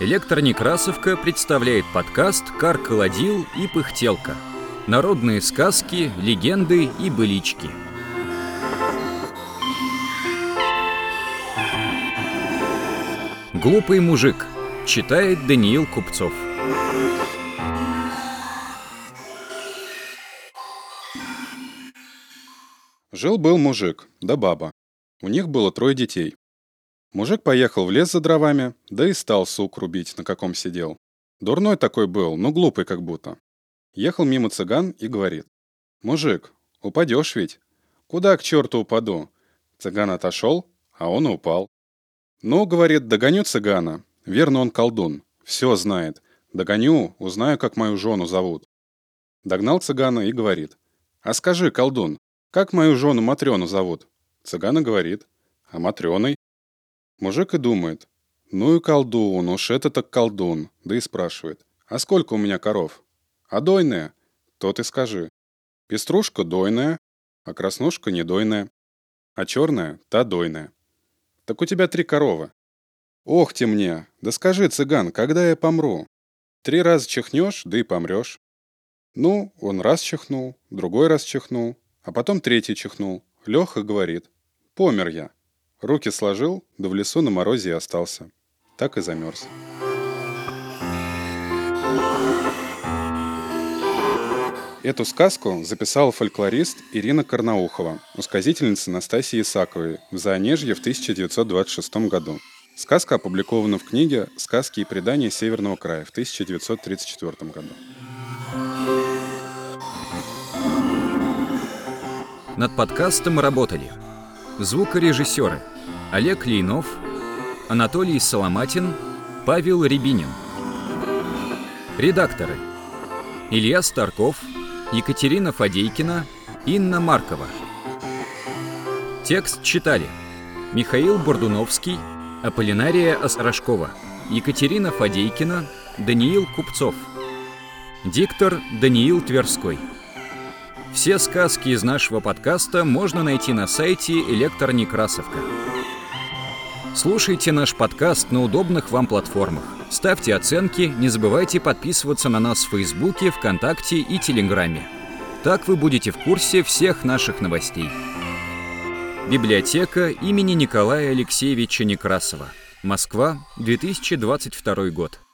Электронекрасовка представляет подкаст «Каркаладил и пыхтелка». Народные сказки, легенды и былички. «Глупый мужик» читает Даниил Купцов. Жил-был мужик, да баба. У них было 3 детей. Мужик поехал в лес за дровами, да и стал сук рубить, на каком сидел. Дурной такой был, но глупый как будто. Ехал мимо цыган и говорит: «Мужик, упадешь ведь?» «Куда к черту упаду?» Цыган отошел, а он и упал. «Ну, — говорит, — догоню цыгана. Верно, он колдун, все знает. Догоню, узнаю, как мою жену зовут». Догнал цыгана и говорит: «А скажи, колдун, как мою жену Матрёну зовут?» Цыган и говорит: «А Матрёной». Мужик и думает: «Ну и колдун, уж это так колдун». Да и спрашивает: «А сколько у меня коров?» «А дойная?» «Тот и скажи». «Пеструшка дойная, а краснушка недойная, а черная та дойная». «Так у тебя 3 коровы». «Ох ты мне! Да скажи, цыган, когда я помру?» 3 раза чихнешь, да и помрешь». Ну, он раз чихнул, другой раз чихнул, а потом 3-й чихнул. Лег и говорит: «Помер я». Руки сложил, да в лесу на морозе и остался. Так и замерз. Эту сказку записала фольклорист Ирина Карнаухова, сказительница Настасьи Исаковой в Заонежье в 1926 году. Сказка опубликована в книге «Сказки и предания Северного края» в 1934 году. Над подкастом работали звукорежиссеры Олег Лейнов, Анатолий Соломатин, Павел Рябинин. Редакторы Илья Старков, Екатерина Фадейкина, Инна Маркова. Текст читали Михаил Бордуновский, Аполлинария Острожкова, Екатерина Фадейкина, Даниил Купцов. Диктор Даниил Тверской. Все сказки из нашего подкаста можно найти на сайте Электронекрасовка. Слушайте наш подкаст на удобных вам платформах. Ставьте оценки, не забывайте подписываться на нас в Фейсбуке, ВКонтакте и Телеграме. Так вы будете в курсе всех наших новостей. Библиотека имени Николая Алексеевича Некрасова. Москва, 2022 год.